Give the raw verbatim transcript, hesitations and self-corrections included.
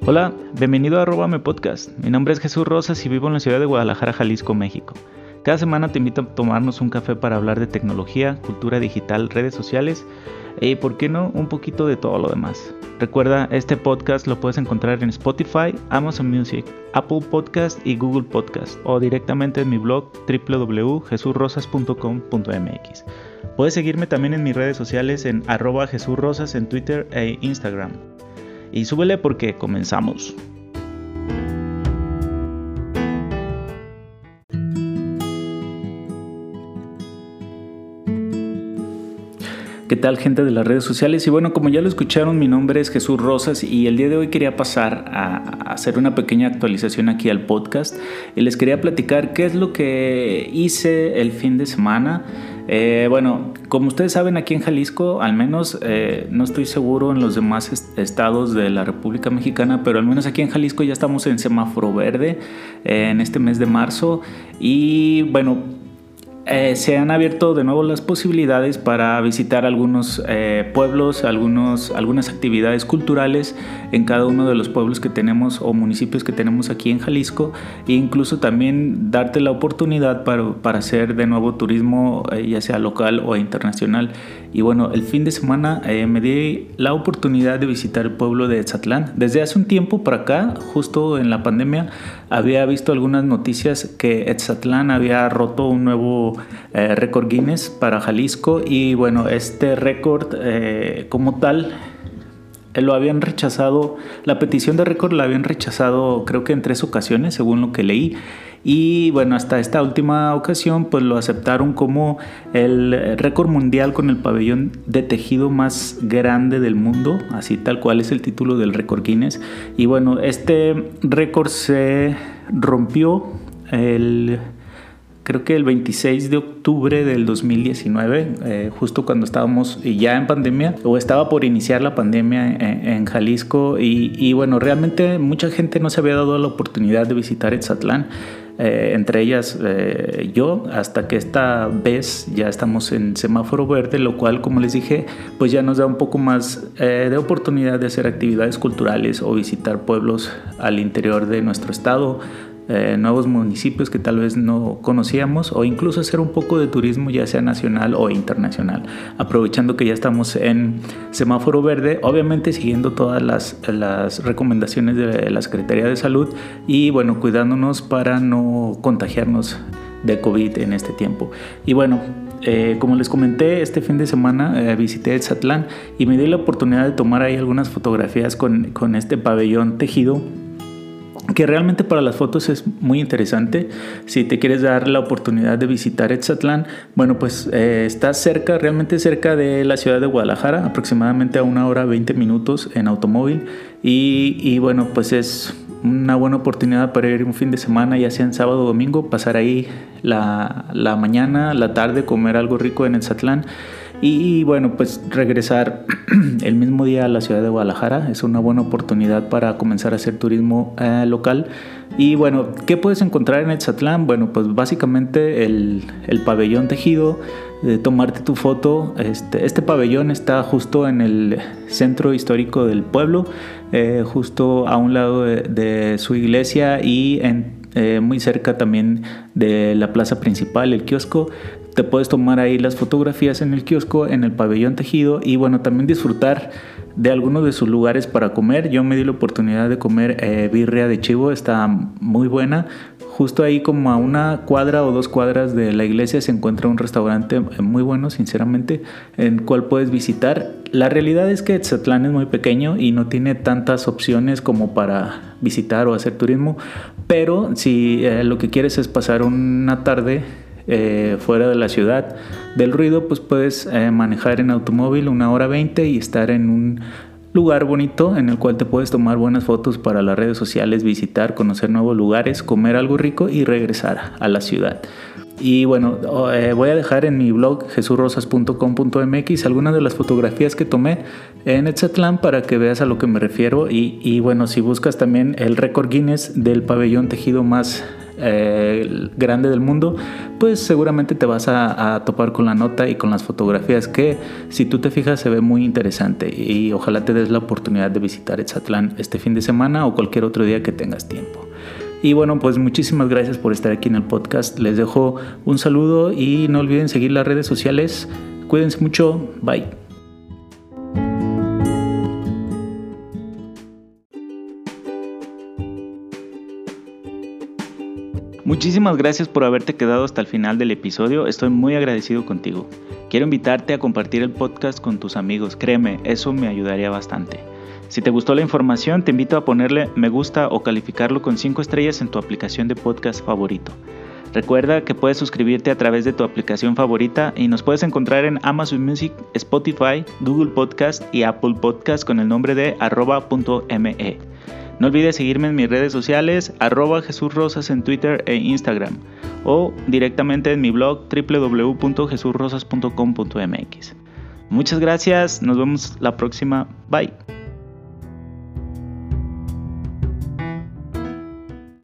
Hola, bienvenido a Arróbame Podcast. Mi nombre es Jesús Rosas y vivo en la ciudad de Guadalajara, Jalisco, México. Cada semana te invito a tomarnos un café para hablar de tecnología, cultura digital, redes sociales y, por qué no, un poquito de todo lo demás. Recuerda, este podcast lo puedes encontrar en Spotify, Amazon Music, Apple Podcast y Google Podcast o directamente en mi blog doble u doble u doble u punto jesús rosas punto com punto m x. Puedes seguirme también en mis redes sociales en arroba Jesús Rosas en Twitter e Instagram. Y súbele porque comenzamos. ¿Qué tal, gente de las redes sociales? Y bueno, como ya lo escucharon, mi nombre es Jesús Rosas y el día de hoy quería pasar a hacer una pequeña actualización aquí al podcast y les quería platicar qué es lo que hice el fin de semana. Eh, bueno, como ustedes saben, aquí en Jalisco, al menos, eh, no estoy seguro en los demás est- estados de la República Mexicana, pero al menos aquí en Jalisco ya estamos en semáforo verde eh, en este mes de marzo y bueno, Eh, se han abierto de nuevo las posibilidades para visitar algunos eh, pueblos, algunos, algunas actividades culturales en cada uno de los pueblos que tenemos o municipios que tenemos aquí en Jalisco, e incluso también darte la oportunidad para, para hacer de nuevo turismo, eh, ya sea local o internacional. Y bueno, el fin de semana eh, me di la oportunidad de visitar el pueblo de Etzatlán. Desde hace un tiempo para acá, justo en la pandemia, había visto algunas noticias que Etzatlán había roto un nuevo eh, récord Guinness para Jalisco. Y bueno, este récord eh, como tal eh, lo habían rechazado, la petición de récord la habían rechazado creo que en tres ocasiones, según lo que leí. Y bueno, hasta esta última ocasión pues lo aceptaron como el récord mundial con el pabellón de tejido más grande del mundo, así tal cual es el título del récord Guinness. Y bueno, este récord se rompió el creo que el veintiséis de octubre del dos mil diecinueve, eh, justo cuando estábamos ya en pandemia, o estaba por iniciar la pandemia en, en Jalisco. Y, y bueno, realmente mucha gente no se había dado la oportunidad de visitar Etzatlán. Eh, entre ellas eh, yo, hasta que esta vez ya estamos en semáforo verde, lo cual, como les dije, pues ya nos da un poco más eh, de oportunidad de hacer actividades culturales o visitar pueblos al interior de nuestro estado, eh, nuevos municipios que tal vez no conocíamos, o incluso hacer un poco de turismo, ya sea nacional o internacional, aprovechando que ya estamos en semáforo verde, obviamente siguiendo todas las, las recomendaciones de la Secretaría de Salud y bueno, cuidándonos para no contagiarnos de COVID en este tiempo. Y bueno, eh, como les comenté, este fin de semana eh, visité Etzatlán y me di la oportunidad de tomar ahí algunas fotografías con, con este pabellón tejido, que realmente para las fotos es muy interesante. Si te quieres dar la oportunidad de visitar Etzatlán, bueno, pues eh, está cerca, realmente cerca de la ciudad de Guadalajara, aproximadamente a una hora veinte minutos en automóvil. Y, y bueno, pues es una buena oportunidad para ir un fin de semana, ya sea en sábado o domingo, pasar ahí la, la mañana, la tarde, comer algo rico en Etzatlán. Y bueno, pues regresar el mismo día a la ciudad de Guadalajara es una buena oportunidad para comenzar a hacer turismo eh, local. Y bueno, ¿qué puedes encontrar en Etzatlán? Bueno, pues básicamente el, el pabellón tejido, de tomarte tu foto. Este, este pabellón está justo en el centro histórico del pueblo, eh, justo a un lado de, de su iglesia y en Eh, muy cerca también de la plaza principal, el kiosco. Te puedes tomar ahí las fotografías en el kiosco, en el pabellón tejido, y bueno, también disfrutar de algunos de sus lugares para comer. Yo me di la oportunidad de comer eh, birria de chivo, está muy buena. Justo ahí, como a una cuadra o dos cuadras de la iglesia, se encuentra un restaurante muy bueno, sinceramente, en el cual puedes visitar. La realidad es que Etzatlán es muy pequeño y no tiene tantas opciones como para visitar o hacer turismo, pero si eh, lo que quieres es pasar una tarde eh, fuera de la ciudad del ruido, pues puedes eh, manejar en automóvil una hora veinte y estar en un lugar bonito en el cual te puedes tomar buenas fotos para las redes sociales, visitar, conocer nuevos lugares, comer algo rico y regresar a la ciudad. Y bueno, eh, voy a dejar en mi blog jesús rosas punto com punto m x algunas de las fotografías que tomé en Etzatlán para que veas a lo que me refiero. Y, y bueno, si buscas también el récord Guinness del pabellón tejido más eh, grande del mundo, pues seguramente te vas a, a topar con la nota y con las fotografías que, si tú te fijas, se ve muy interesante, y ojalá te des la oportunidad de visitar Etzatlán este fin de semana o cualquier otro día que tengas tiempo. Y bueno, pues muchísimas gracias por estar aquí en el podcast. Les dejo un saludo y no olviden seguir las redes sociales. Cuídense mucho. Bye. Muchísimas gracias por haberte quedado hasta el final del episodio. Estoy muy agradecido contigo. Quiero invitarte a compartir el podcast con tus amigos. Créeme, eso me ayudaría bastante. Si te gustó la información, te invito a ponerle me gusta o calificarlo con cinco estrellas en tu aplicación de podcast favorito. Recuerda que puedes suscribirte a través de tu aplicación favorita y nos puedes encontrar en Amazon Music, Spotify, Google Podcast y Apple Podcast con el nombre de arroba punto me. No olvides seguirme en mis redes sociales, arroba Jesús Rosas en Twitter e Instagram, o directamente en mi blog doble u doble u doble u punto jesús rosas punto com punto m x. Muchas gracias, nos vemos la próxima, bye.